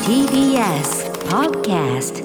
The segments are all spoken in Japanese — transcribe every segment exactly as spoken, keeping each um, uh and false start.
ティービーエス Podcast。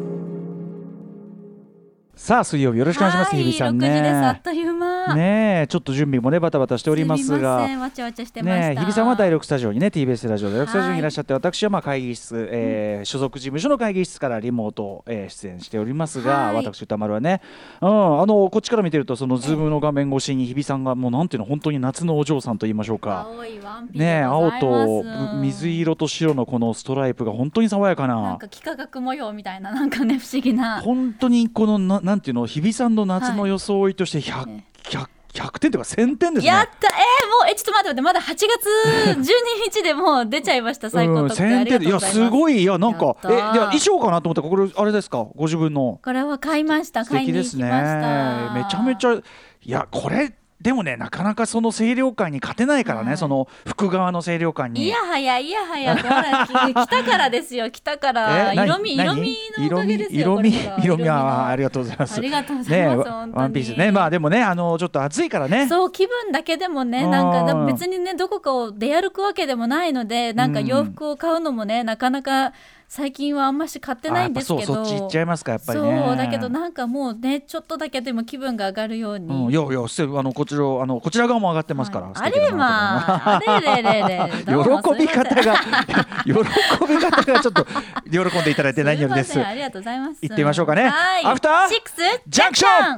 さあ水曜日よろしくお願いします。 はい、 日比さんね。 ろくじです。あっという間。 ねえちょっと準備もねバタバタしておりますが、 すみません、わちゃわちゃしてました。 ねえ日比さんはだいろくスタジオにね ティービーエス ラジオだいろくスタジオにいらっしゃって、 はい、 私はまあ会議室、えー、所属事務所の会議室からリモート、えー、出演しておりますが、 はい、 私歌丸はね、うん、あのこっちから見てるとそのズームの画面越しに日比さんがもうなんていうの本当に夏のお嬢さんと言いましょうか。 青いワンピねえ青とと水色と白のこのストライプが本当に爽やかな。 なんか幾何学模様みたいななんかね不思議な。 本当にこの な, なんていうの日比さんの夏の装いとして ひゃく、はい、ひゃくひゃくてんというかせんてんですね。 やった。えー、もうえちょっと待って待ってまだはちがつじゅうににちでもう出ちゃいました最高得点、うん、ありがとうございます。 いやすごい。いやなんかえでは衣装かなと思ったらこれあれですかご自分の。 これは買いました。買いに行きました。 素敵ですね。めちゃめちゃいやこれでもねなかなかその清涼感に勝てないからね、はい、その福側の清涼感に。 いやはやいやはや来たからですよ来たから色味色味のおかげですよ。 色味色味はありがとうございます。 ありがとうございます、ね、本当にワンピースね。まあでもねあのちょっと暑いからね。 そう気分だけでもねなんか別にねどこかを出歩くわけでもないのでなんか洋服を買うのもね、うん、なかなか最近はあんまし買ってないんですけど。 そうそっち行っちゃいますかやっぱりね。 そうだけどなんかもうねちょっとだけでも気分が上がるように、 うん、いやいやあのこちらあのこちら側も上がってますから、はい、 あれまああれれれれ喜び方が喜び方がちょっと喜んでいただいて何よりです。 ありがとうございます。 行ってみましょうかね。アフターシックスジャンクション。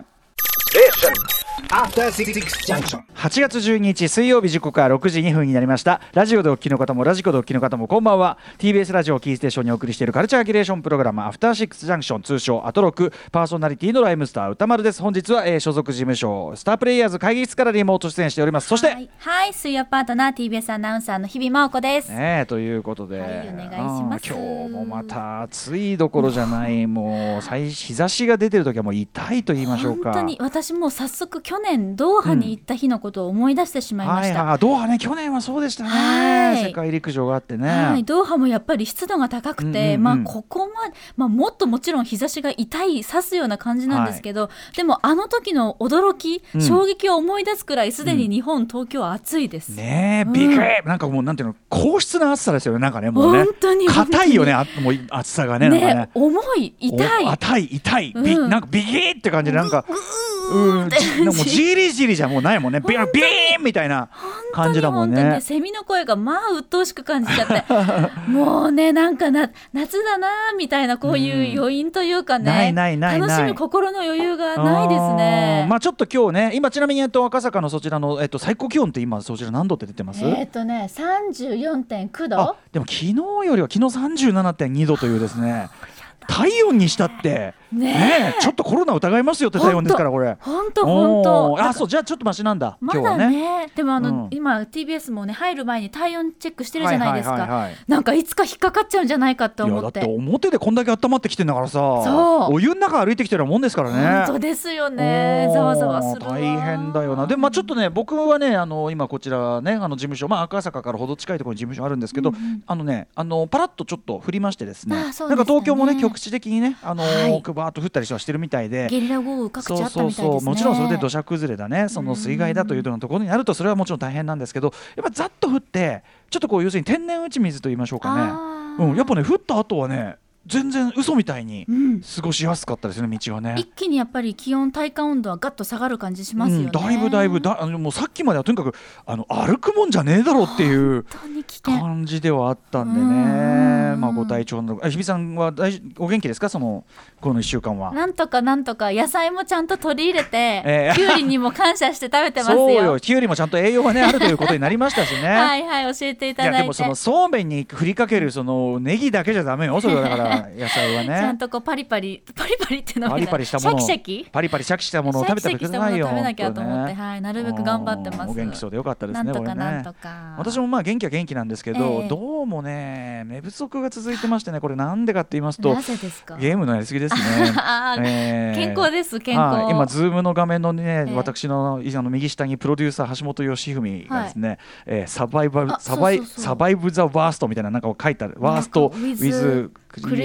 はちがつじゅうににち水曜日時刻はろくじにふんになりました。ラジオでお聞きの方もラジコでお聞きの方もこんばんは。 ティービーエス ラジオキーステーションにお送りしているカルチャーキュレーションプログラムアフターシックスジャンクション、通称アトロク。パーソナリティのライムスター歌丸です。本日は、えー、所属事務所スタープレイヤーズ会議室からリモート出演しております。そしてはい、はい、水曜パートナー ティービーエス アナウンサーの日比真央子です、 ね、ということで、 はい、お願いします。 今日もまた暑いどころじゃないもう最日差しが出てる時はもう痛いと言いましょうか。 本当に私も早速去年ドーハに行った日のことを思い出してしまいました、うんはいはい、ドーハね去年はそうでしたね、はい、世界陸上があってね、 はい、ドーハもやっぱり湿度が高くて、うんうんうん、まあ、ここまで、まあ、もっともちろん日差しが痛い刺すような感じなんですけど、はい、でもあの時の驚き、うん、衝撃を思い出すくらいすでに日本、うん、東京は暑いです、 ねえ、びっくり、なんかもうなんていうの硬質な暑さですよね。なんかねもうね本当に硬いよね、あもう暑さが ね, ね, なんかね重い痛い痛い痛い、うん、なんかビギーって感じでなんかうん、 もうじりじりじゃもうないもんね。ビーンビーンみたいな感じだもんね。 本当にセミの声がまあ鬱陶しく感じちゃってもうねなんかな夏だなみたいなこういう余韻というかね、うん、ないないないない楽しむ心の余裕がないですね。 まあちょっと今日ね今ちなみに、えっと、赤坂のそちらの、えっと、最高気温って今そちら何度って出てます？ えっとね さんじゅうよんてんきゅうど。 あでも昨日よりは昨日 さんじゅうななてんにどというですね体温にしたってねねちょっとコロナ疑いますよって体温ですからこれ。 本当本当。 あそうじゃあちょっとマシなんだ、 まだ今日はね。 ねでもあの、うん、今 ティービーエス もね入る前に体温チェックしてるじゃないですか、はいはいはいはい、なんかいつか引っかかっちゃうんじゃないかと思って。 いやだって表でこんだけ温まってきてんだからさそうお湯の中歩いてきてるもんですからね。 本当ですよね。ざわざわするわ。 大変だよな。でもまあちょっとね僕はねあの今こちらねあの事務所、まあ、赤坂からほど近いところに事務所あるんですけど、うんうん、あのねあのパラッとちょっと降りましてですね、ああそうですね、なんか東京もね局地的にねあの、はい、バーッと降ったりはしてるみたいでゲリラ豪雨各地あったみたいですね。 そうそうそうもちろんそれで土砂崩れだねその水害だというようなところになるとそれはもちろん大変なんですけどやっぱざっと降ってちょっとこう要するに天然打ち水と言いましょうかね、うん、やっぱね降った後はね全然嘘みたいに過ごしやすかったですね、うん、道がね。 一気にやっぱり気温体感温度はガッと下がる感じしますよね、うん、 だいぶだいぶだあのもうさっきまではとにかくあの歩くもんじゃねえだろうっていう感じではあったんでね。まあご体調の日比さんは大お元気ですかそのこのいっしゅうかんは。 なんとかなんとか野菜もちゃんと取り入れて、えー、きゅうりにも感謝して食べてますよ。 そうよきゅうりもちゃんと栄養が、ね、あるということになりましたしねはいはい教えていただいて。いやでもそのそうめんに振りかけるそのネギだけじゃダメよそれはだから野菜はねちゃんとこうパリパリパリパリっていうのパリパリしたものシャキシャキパリパリシャキしたものを食べてくださいよ。 シャキシャキしたものを食べなきゃと思って、ねはい、なるべく頑張ってます。 お元気そうでよかったですね。 なんとかなんとか、 ね、私もまあ元気は元気なんですけど、えー、どうもね寝不足が続いてましてねこれなんでかって言いますとなぜですか？ ゲームのやりすぎですねえー、健康です健康、 はい、今ズームの画面のね、えー、私 の, あの右下にプロデューサー橋本義文がですね、はいえー、サバイバルサバイサバイブザワーストみたいななんかを書いたワーストウィズクリエ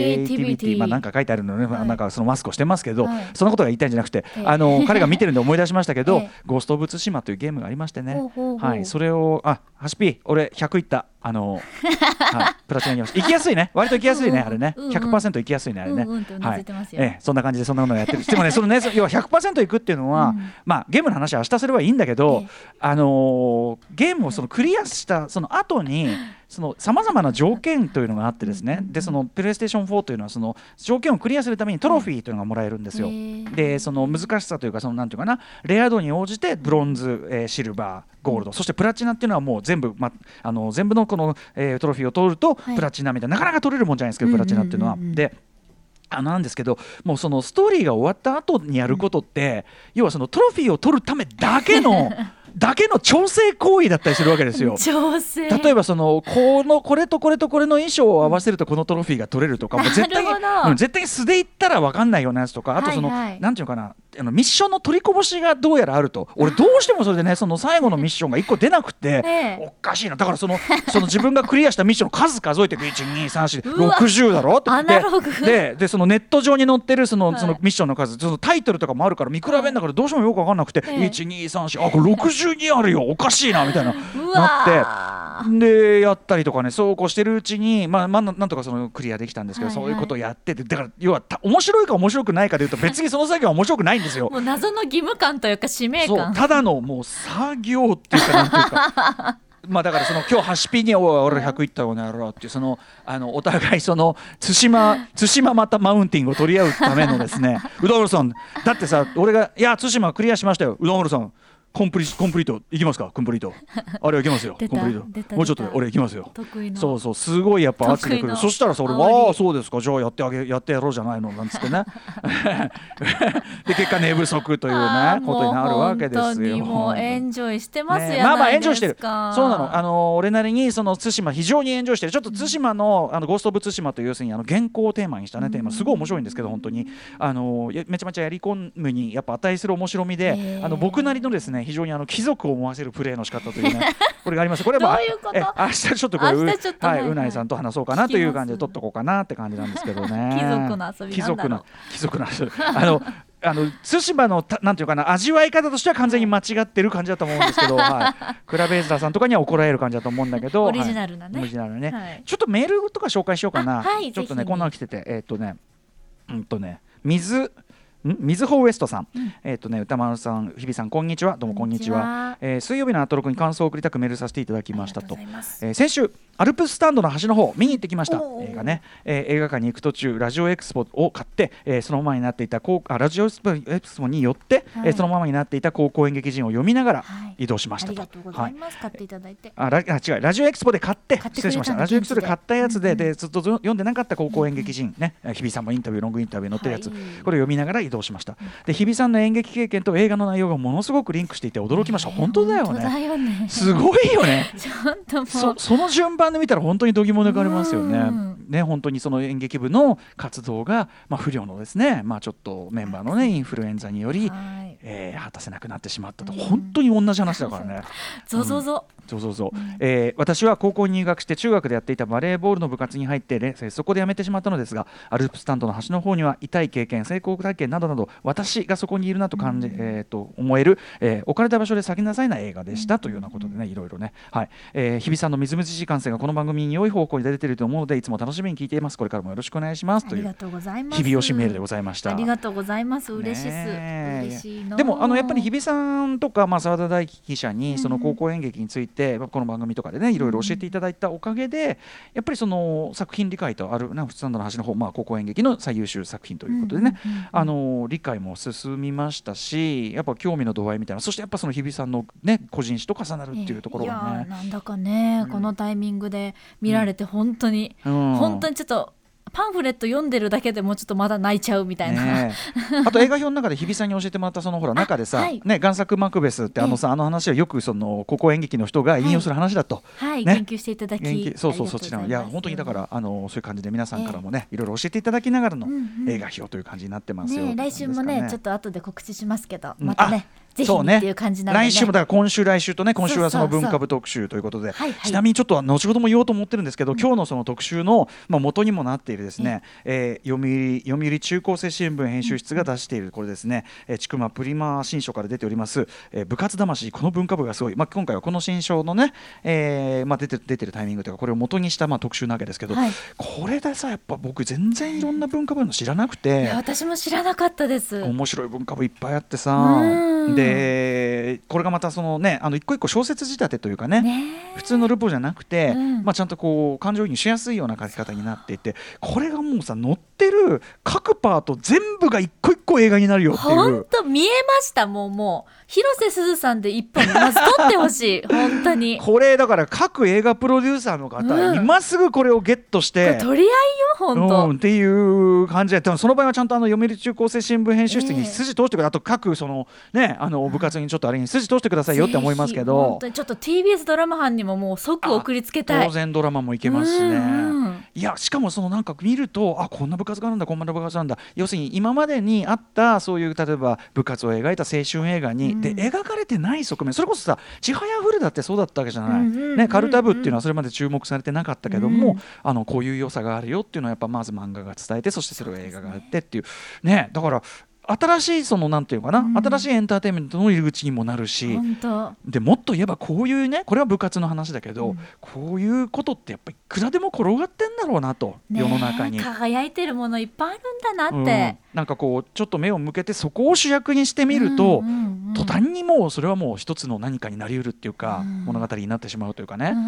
エイティビティ、まあ、なんか書いてあるのね、 はい、 なんかそのマスクをしてますけど、はい、そんなことが言いたいんじゃなくて、 えー、 あの彼が見てるんで思い出しましたけど、 えー、 ゴースト・オブ・ツシマというゲームがありましてね、 ほうほうほう、 はい、それをあハシピー俺ひゃくいったあの、はい、プラチナに行きました。行きやすいね、割と行きやすいね、あれね、ひゃくパーセント 行きやすいね、あれね、 うんうん、はい、 ええ、そんな感じでそんなのやってる。でもね、そのね、要は ひゃくパーセント 行くっていうのは、うん、まあゲームの話は明日すればいいんだけど、ええ、あのー、ゲームをそのクリアしたその後にさまざまな条件というのがあってですね、でそのプレイステーションフォーというのはその条件をクリアするためにトロフィーというのがもらえるんですよ。でその難しさというか、そのなんていうかな、レア度に応じてブロンズ、えー、シルバー、ゴールド、そしてプラチナっていうのはもう全部、ま、あの全部のこの、えー、トロフィーを取るとプラチナみたいな、なかなか取れるもんじゃないですけど、プラチナっていうのは。であのなんですけど、もうそのストーリーが終わった後にやることって、うん、要はそのトロフィーを取るためだけのだけの調整行為だったりするわけですよ。 調整、 例えばそのこのこれとこれとこれの衣装を合わせるとこのトロフィーが取れるとか、もう絶対に、うん、絶対に素で言ったら分かんないようなやつとか、あとその、はいはい、なんていうかな、あのミッションの取りこぼしがどうやらあると。俺どうしてもそれでね、その最後のミッションがいっこ出なくて、ええ、おかしいな。だからそのその自分がクリアしたミッションの数数えていく、いちにさんしろくじゅうだろってアナログで、でそのネット上に載ってるその、そのミッションの数、そのタイトルとかもあるから見比べんだからどうしてもよく分かんなくて、ええ、いちにさんしあこれろくじゅうにあるよ、おかしいなみたいななってでやったりとかね、そうこうしてるうちに、まあ、まあなんとかそのクリアできたんですけど、はいはい、そういうことをやってて、だから要は面白いか面白くないかでいうと別にその作業は面白くないんですよ。 もう謎の義務感というか使命感、 そうただのもう作業っていうか、なんていうかまあだからその今日ハシピに俺ひゃくいったよねやろうっていう、そのあのお互いその対馬対馬またマウンティングを取り合うためのですねうどんおろさんだってさ、俺がいや対馬クリアしましたよ、うどんおろさんコンプリコンプリートいきますか、コンプリートあれはいきますよコンプリートもうちょっとで俺いきますよ、そうそうすごいやっぱ圧力くる。そしたらさ俺はああそうですか、じゃあやってあげやってやろうじゃないのなんつってねで結果寝不足というねことになるわけですよ。 本当にもうエンジョイしてますよね。 まあまあエンジョイしてる、そうなの、あの俺なりにその対馬非常にエンジョイしてる。ちょっと対馬のあのゴースト・オブ・対馬という要するにあの原稿をテーマにしたね、テーマすごい面白いんですけど、本当にあのめちゃめちゃやり込むにやっぱ値する面白みで、あの僕なりのですね非常にあの貴族を思わせるプレーの仕方というねこれがあります。これはえ明日ちょっとこれう、はい、うないさんと話そうかなという感じで撮っとこうかなって感じなんですけどね。 貴族の遊びなんだろう。 貴族の遊びあのあの対馬のなんていうかな、味わい方としては完全に間違ってる感じだと思うんですけど、はい、クラベーザーさんとかには怒られる感じだと思うんだけど、 オリジナルなね、 はい、オリジナルね、 はい、 ちょっとメールとか紹介しようかな、 はい、 ちょっとねこんなの来てて、えー、っとねうんとね水みずほウエストさん、うん、えっ、ー、とね歌丸さん、日比さん、こんにちは。どうもこんにちは。えー、水曜日のアトロクに感想を送りたくメールさせていただきましたと。えー、先週アルプススタンドの端の方見に行ってきました。映画ね、えー、映画館に行く途中ラジオエクスポを買って、えー、そのままになっていたあラジオエクスポによって、はい、えー、そのままになっていた高校演劇人を読みながら移動しましたと。 はい、ありがとうございます。はい、買っていただいて。 あラあ違うラジオエクスポで買って失礼しました。ラジオエクスポで買ったやつで、うんうん、でずっと読んでなかった高校演劇人ね、うん、日比さんもインタビューロングインタビュー載ってるやつ、はい、これを読みながら移動しました。で日比さんの演劇経験と映画の内容がものすごくリンクしていて驚きました。えー、本当だよね。 本当だよね。 すごいよね。 ちょっともうそ, その順番で見たら本当に度肝抜かれますよね。ね本当にその演劇部の活動が、まあ、不良のですね、まあ、ちょっとメンバーのねインフルエンザにより、はいえー、果たせなくなってしまったと。本当に同じ話だからね。 ゾゾゾ。 そうそうそう、うんえー、私は高校に入学して中学でやっていたバレーボールの部活に入って、ね、そこで辞めてしまったのですが、アルプススタンドの端の方には痛い経験、成功体験などなど私がそこにいるなと感じ、うんえー、と思える、えー、置かれた場所で咲きなさいな映画でした、うん、というようなことでねいろいろね、はいえー、日比さんのみずみずしい感性がこの番組に良い方向に出ていると思うのでいつも楽しみに聞いています。これからもよろしくお願いしますという日比推しメールでございました。 ありがとうございます。嬉しいです。嬉しいの。 でもあのやっぱり日比さんとか、まあ、澤田大樹記者にその高校演劇について、うん、この番組とかでねいろいろ教えていただいたおかげで、うん、やっぱりその作品理解とあるな普通の端の方、まあ、高校演劇の最優秀作品ということでね、うんうんうんうん、あの理解も進みましたし、やっぱ興味の度合いみたいな、そしてやっぱその日比さんのね個人史と重なるっていうところがね、 いやなんだかね、うん、このタイミングで見られて本当に、うん、本当にちょっとパンフレット読んでるだけでもちょっとまだ泣いちゃうみたいな、ね、 あと映画表の中で日比さんに教えてもらったそのほら中でさ、はいね、贋作マクベスってあのさ、ええ、あの話はよくその高校演劇の人が引用する話だと、 はいはいね、研究していただきそうそうそちらのいや本当にだからあのそういう感じで皆さんからもね、ええ、いろいろ教えていただきながらの映画表という感じになってますよ、 ね、来週もねちょっと後で告知しますけどまたねぜひっていう感じなんで、ね、 来週もだから今週来週とね今週はその文化部特集ということで、ちなみにちょっと後ほども言おうと思ってるんですけど、うん、今日のその特集の、まあ、元にもなっているですね、えー、読売読売中高生新聞編集室が出しているこれですね、えー、ちくまプリマ新書から出ております、えー、部活魂この文化部がすごい、まあ、今回はこの新書のね、えーまあ、出て出てるタイミングというかこれを元にしたまあ特集なわけですけど、はい、これでさやっぱ僕全然いろんな文化部の知らなくて、 いや私も知らなかったです。 面白い文化部いっぱいあってさ、でこれがまたそのねあの一個一個小説仕立てというか ね, ね普通のルポじゃなくて、うんまあ、ちゃんとこう感情移入しやすいような書き方になっていて、これがもうさ載ってる各パート全部が一個一個映画になるよっていう。 本当見えました。もうもう広瀬すずさんで一本まず撮ってほしい本当にこれだから各映画プロデューサーの方、うん、今すぐこれをゲットして取り合いよ本当、 うん、っていう感じで、多分その場合はちゃんとあの読売中高生新聞編集室に筋通してください、えー、あと各そのねあの部活にちょっとあれに筋通してくださいよって思いますけど、 本当にちょっと ティービーエス ドラマ班にももう即送りつけたい。 当然ドラマもいけますしね、 うんうん、 いやしかもそのなんか見るとあこんな部活があるんだこんな部活なんだ、要するに今までにあったそういう例えば部活を描いた青春映画に、うん、で描かれてない側面、それこそさちはやふるだってそうだったわけじゃない、うんうんうんうんね、カルタ部っていうのはそれまで注目されてなかったけども、うん、あのこういう良さがあるよっていうのはやっぱまず漫画が伝えて、そしてそれを映画があってっていうね、だから新しいそのなんていうかな、うん、新しいエンターテインメントの入り口にもなるし、でもっと言えばこういうねこれは部活の話だけど、うん、こういうことってやっぱりいくらでも転がってんだろうなと、ね、世の中に輝いてるものいっぱいあるんだなって、 うん、なんかこうちょっと目を向けてそこを主役にしてみると、うんうんうん、途端にもうそれはもう一つの何かになりうるっていうか、うん、物語になってしまうというかね、うん、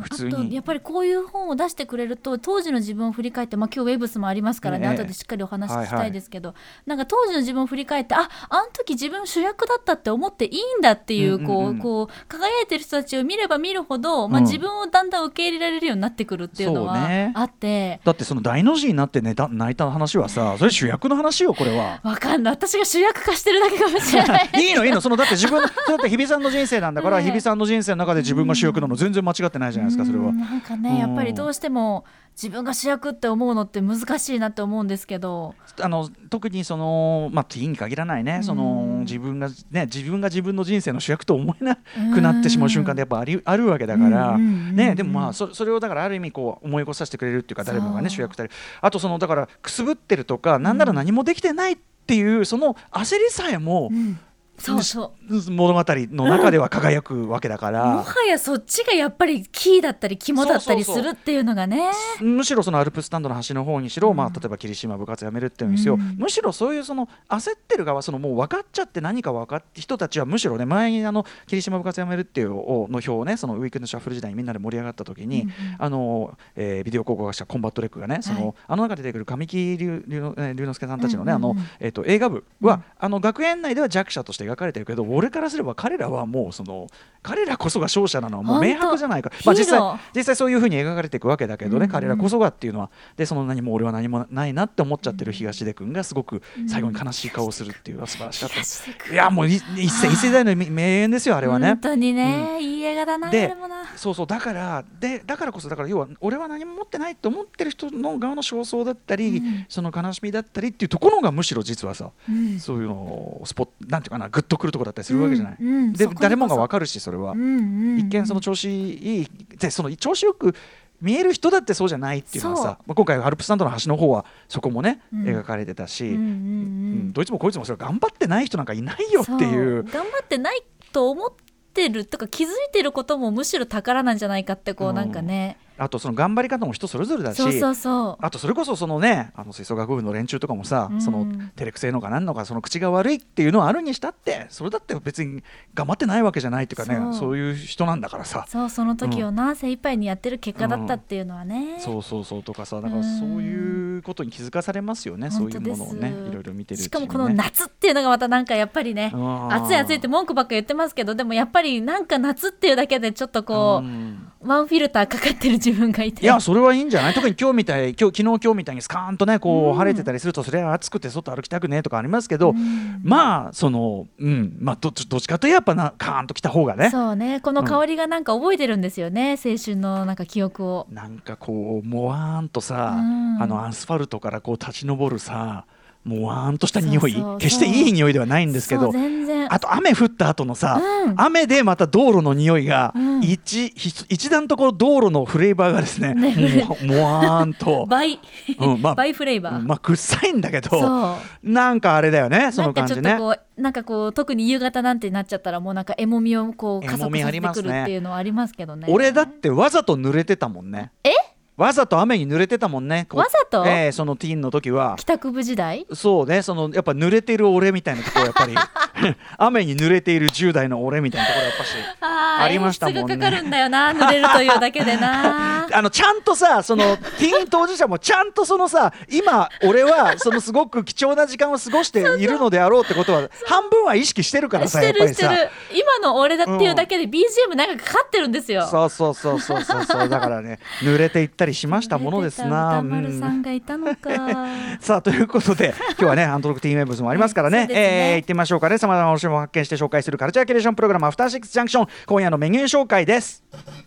普通にあとやっぱりこういう本を出してくれると当時の自分を振り返って、まあ、今日ウェブスもありますからね、ね後でしっかりお話ししたいですけど、はいはい、なんか当時の自分を振り返ってああの時自分主役だったって思っていいんだっていう、うんうんうん、こう、こう輝いてる人たちを見れば見るほど、まあ、自分をだんだん受け入れられるようになってくるっていうのはあって、ね、 だってその大の字になって寝た泣いた話はさそれ主役の話よこれは。 わかんない、私が主役化してるだけかもしれないいいのいいの、そのだって自分だって日比さんの人生なんだから、ね、日比さんの人生の中で自分が主役なの全然間違ってないじゃないですかそれは。 なんかねやっぱりどうしても自分が主役って思うのって難しいなって思うんですけど、 あの特にその、まあ、ティーンに限らないね、その自分がね自分が自分の人生の主役と思えなくなってしまう瞬間でやっぱありあるわけだから、ね、でもまあ そ, それをだからある意味こう思い起こさせてくれるっていうか、誰もがね主役したり、あとそのだからくすぶってるとかなんなら何もできてないっていうその焦りさえも、うんそうそう物語の中では輝くわけだから、うん、 もはやそっちがやっぱりキーだったり肝だったりするっていうのがね、そうそうそうむしろそのアルプススタンドの端の方にしろ、うんまあ、例えば霧島部活やめるっていうんですよ、うん、むしろそういうその焦ってる側、そのもう分かっちゃって何か分かって人たちはむしろね、前にあの霧島部活やめるっていうの表をね、そのウィークエンドシャッフル時代にみんなで盛り上がった時に、うんうん、あのえー、ビデオ考古学者コンバットレックがね、その、はい、あの中で出てくる神木隆之介さんたちのね、うんうんうん、あのえー、と映画部は、うん、あの学園内では弱者として描かれてるけど、俺からすれば彼らはもうその彼らこそが勝者なのはもう明白じゃないか、まあ、実際実際そういう風に描かれていくわけだけどね、うんうん、彼らこそがっていうのはで、その何も俺は何もないなって思っちゃってる東出君がすごく最後に悲しい顔をするっていうのは素晴らしかったです、うん、いやもう一世一世代の名演ですよあれはね、 本当にね、うん、いい映画だな。 であれもなそうそうだからでだからこそだから要は俺は何も持ってないと思ってる人の側の焦燥だったり、うん、その悲しみだったりっていうところがむしろ実はさ、うん、そういうのをスポッなんていうかなグッとくるところだったりするわけじゃない、うんうん、で誰もが分かるし、それは、うんうんうん、一見その調子いいでその調子よく見える人だってそうじゃないっていうのはさ、まあ、今回アルプススタンドの端の方はそこもね、うん、描かれてたし、うんうんうんうん、どいつもこいつもそれ頑張ってない人なんかいないよっていう、 頑張ってないと思ってるとか気づいてることもむしろ宝なんじゃないかってこう、うん、なんかね、 あとその頑張り方も人それぞれだし、 そうそうそう、 あとそれこそそのね、あの吹奏楽部の連中とかもさ、うん、その照れくせえのかなんのかその口が悪いっていうのはあるにしたって、それだって別に頑張ってないわけじゃないっていうかね、そう、そういう人なんだからさ、 そうその時をな、うん、精一杯にやってる結果だったっていうのはね、 うん、そうそうそうとかさ、だからそういうことに気づかされますよね、うん、そういうものをねいろいろ見てるうちにね。しかもこの夏っていうのがまたなんかやっぱりね、暑い暑いって文句ばっか言ってますけど、でもやっぱりなんか夏っていうだけでちょっとこう、うんワンフィルターかかってる自分がいて、 いやそれはいいんじゃない。特に今日みたい今日昨日今日みたいにスカーンとねこう、うん、晴れてたりするとそれは暑くて外歩きたくねとかありますけど、うん、まあそのうんまあ ど, どっちかといえばやっぱなカーンと来た方がね、 そうね、この香りがなんか覚えてるんですよね、うん、青春のなんか記憶を。 なんかこうもわーんとさ、うん、あのアスファルトからこう立ち上るさもわーんとした匂い、 そうそうそう決していい匂いではないんですけど、 全然あと雨降った後のさ、 うん、 雨でまた道路の匂いが、 うん、 一, 一段ところ道路のフレーバーがですね、 ねも, もわーんとバイ、 うんまあ、 バイフレーバー、 まあ臭いんだけど、 そうなんかあれだよね、その感じね。 なんかちょっとこうなんかこう特に夕方なんてなっちゃったらもうなんかえもみをこう加速させてくるっていうのはありますけどね。 俺だってわざと濡れてたもんね。 えわざと雨に濡れてたもんね。 わざと、 えー、そのティーンの時は帰宅部時代、 そうね、そのやっぱ濡れてる俺みたいなところやっぱり雨に濡れているじゅう代の俺みたいなところやっぱしあありましたもんね。 演出がかかるんだよな、濡れるというだけでなあのちゃんとさ、そのティーン当事者もちゃんとそのさ、今俺はそのすごく貴重な時間を過ごしているのであろうってことは半分は意識してるからさ、 してやっぱりさ、 るしてる、今の俺だっていうだけで ビージーエム なんかかかってるんですよ。 そうそうそうそうそうそうだからね、濡れていったりしましたものですな。 歌丸さんがいたのか、うん、 さあということで今日はねアントロックティーンウェブスもありますからね、 そうですね、 えー、行ってみましょうかね。さまざまなお仕事を発見して紹介するカルチャーキュレーションプログラムアフターシックスジャンクション、今夜のメニュー紹介です。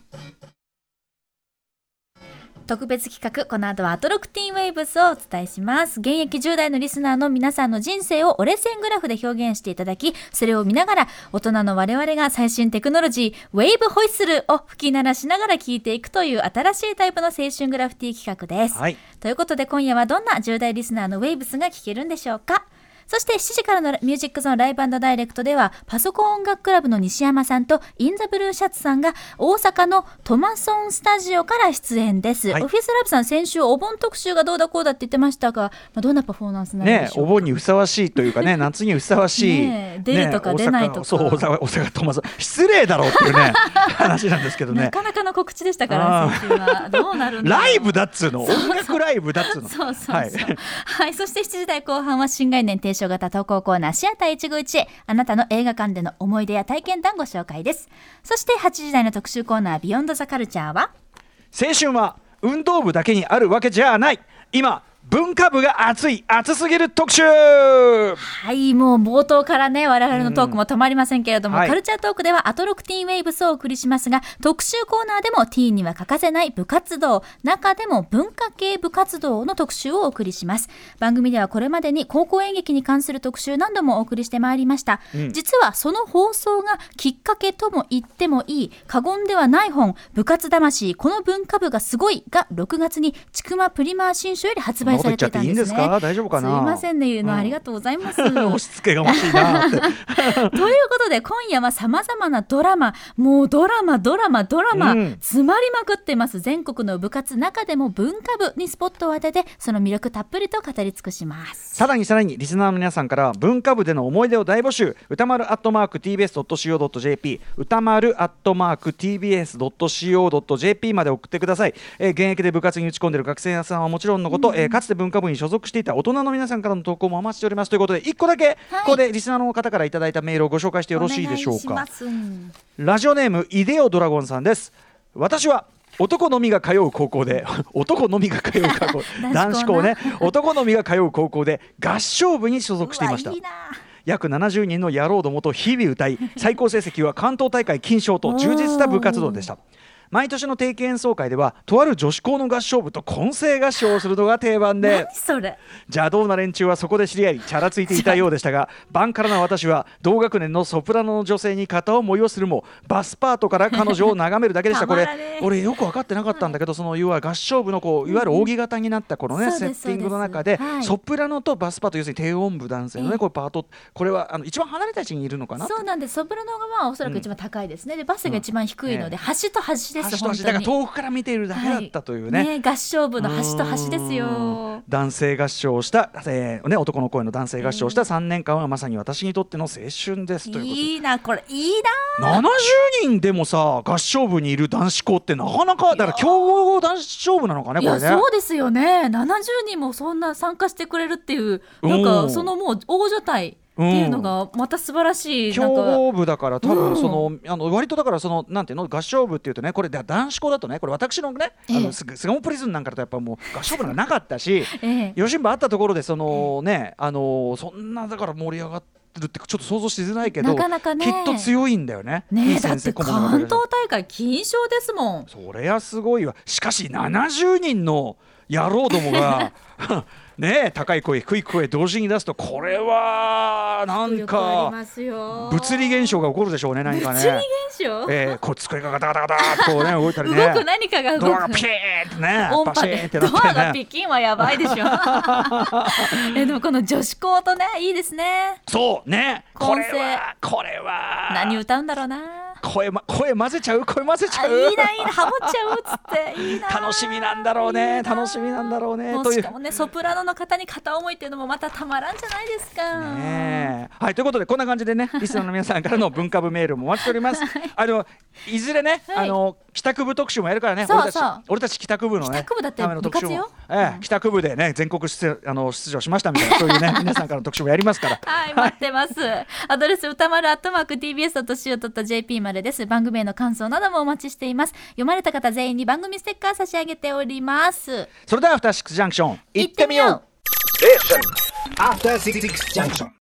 特別企画、この後はアトロクティーンウェイブスをお伝えします。現役じゅう代のリスナーの皆さんの人生を折れ線グラフで表現していただき、それを見ながら大人の我々が最新テクノロジーウェーブホイッスルを吹き鳴らしながら聞いていくという新しいタイプの青春グラフィティ企画です、 はい、 ということで今夜はどんなじゅう代リスナーのウェイブスが聞けるんでしょうか。そしてしちじからのミュージックゾーンライブ&ダイレクトではパソコン音楽クラブの西山さんとインザブルーシャツさんが大阪のトマソンスタジオから出演です、はい、オフィスラブさん先週お盆特集がどうだこうだって言ってましたが、まあ、どんなパフォーマンスなんでしょうか。 ね、お盆にふさわしいというかね夏にふさわしいね、出るとか出ないとか、 そう大阪トマソン失礼だろうっていうね話なんですけどね、 なかなかの告知でしたから先週はどうなるんだろう。 ライブだっつうの、音楽ライブだっつうのそうそうそう、 はいはい、そしてしちじ台後半は新概念提唱型投稿コーナーシアターいちごいちへ、あなたの映画館での思い出や体験談ご紹介です。そしてはちじ台の特集コーナービヨンドザカルチャーは、 青春は運動部だけにあるわけじゃない、今文化部が熱い熱すぎる特集。はい、もう冒頭からね我々のトークも止まりませんけれども、 うんはい、 カルチャートークではアトロクティーンウェイブスをお送りしますが、特集コーナーでもティーンには欠かせない部活動、中でも文化系部活動の特集をお送りします。番組ではこれまでに高校演劇に関する特集何度もお送りしてまいりました、うん、実はその放送がきっかけとも言ってもいい過言ではない本、部活魂この文化部がすごいがろくがつにちくまプリマー新書より発売されていたんですね。 いいんですか、大丈夫かな。 すいませんね、言うのありがとうございます、うん、 押し付けがましいなってということで今夜はさまざまなドラマ、もうドラマドラマドラマ、うん、詰まりまくってます。全国の部活、中でも文化部にスポットを当ててその魅力たっぷりと語り尽くします。 さらにさらにリスナーの皆さんから文化部での思い出を大募集。歌丸アットマーク ティービーエスドットシーオードットジェーピー 歌丸アットマーク ティービーエスドットシーオードットジェーピー まで送ってください、えー、現役で部活に打ち込んでいる学生さんはもちろんのこと、うんえー、かつて文化部に所属していた大人の皆さんからの投稿もお待ちしておりますということで、いっこだけ、はい、ここでリスナーの方からいただいたメールをご紹介してよろしいでしょうか。ラジオネームイデオドラゴンさんです。私は男のみが通う高校で男のみが通う高校男子校ね男のみが通う高校で合唱部に所属していました。いいな。約ななじゅうにんの野郎どもと日々歌い、最高成績は関東大会金賞と充実した部活動でした。毎年の定期演奏会ではとある女子校の合唱部と混声合唱をするのが定番で、 何それ。 邪道な連中はそこで知り合いチャラついていたようでしたが、晩からな私は同学年のソプラノの女性に片思いをするもバスパートから彼女を眺めるだけでしたこれ俺よく分かってなかったんだけど、そのいわゆる合唱部のこういわゆる扇形になったこのね、うん、セッティングの中で、はい、ソプラノとバスパート、要するに低音部男性のねこれパート、これはあの一番離れた位置にいるのかな。 そうなんです。ソプラノがまあおそらく一番高いですね、うん、でバスが一番低いので、うん、端と端です。 端と端だから遠くから見ているだけだったというね、はい、 ね合唱部の端と端ですよ。 男性合唱をした、えーね、男の声の男性合唱をしたさんねんかんはまさに私にとっての青春ですということで、 いいなこれいいな。 ななじゅうにんでもさ合唱部にいる男子校ってなかなかだから強豪男子部なのかねこれね。 いやそうですよね。ななじゅうにんもそんな参加してくれるっていうなんかそのもう大所帯っていうのがまた素晴らしい、うん、 強豪部だから多分その、うん、あの割とだからそのなんていうの合唱部っていうとねこれ男子校だとねこれ私のね、ええ、あの巣鴨プリズンなんかだとやっぱもう合唱部がなかったし、ええ、吉部あったところでそのね、ええ、あのそんなだから盛り上がってるってちょっと想像しづらいけどなかなか、ね、 きっと強いんだよね。 ねいいだって関東大会金賞ですもん。 それはすごいわ。しかしななじゅうにんの野郎どもがねえ高い声低い声同時に出すとこれはなんか物理現象が起こるでしょうね。何かね物理現象、 えー、こう机がガタガタガタってこうね動いたりね動く何かが動くドアがピーンってね音波でドアがピキンはやばいでしょえでもこの女子校とねいいですね。 そうねこれはこれは何歌うんだろうな。 声、ま、声混ぜちゃう声混ぜちゃういいないいなハモっちゃうっつっていいな楽しみなんだろうねいい楽しみなんだろうねもうというしかもねソプラノの方に片思いっていうのもまたたまらんじゃないですかね。はいということでこんな感じでねリスナーの皆さんからの文化部メールもお待ちしております、はい、あのいずれね、はい、あの帰宅部特集もやるからね。 そうそう俺たち俺たち帰宅部のね帰宅部だって部活よ、 ええ、帰宅部でね全国出あの出場しましたみたいなそういうね皆さんからの特集もやりますからはい待ってます、はい、アドレス歌丸アットマーク ティービーエスドットシーオードットジェーピー までです。番組への感想などもお待ちしています。読まれた方全員に番組ステッカー差し上げております。 それではアフターシックスジャンクション行ってみよう。 アフターシックスジャンクション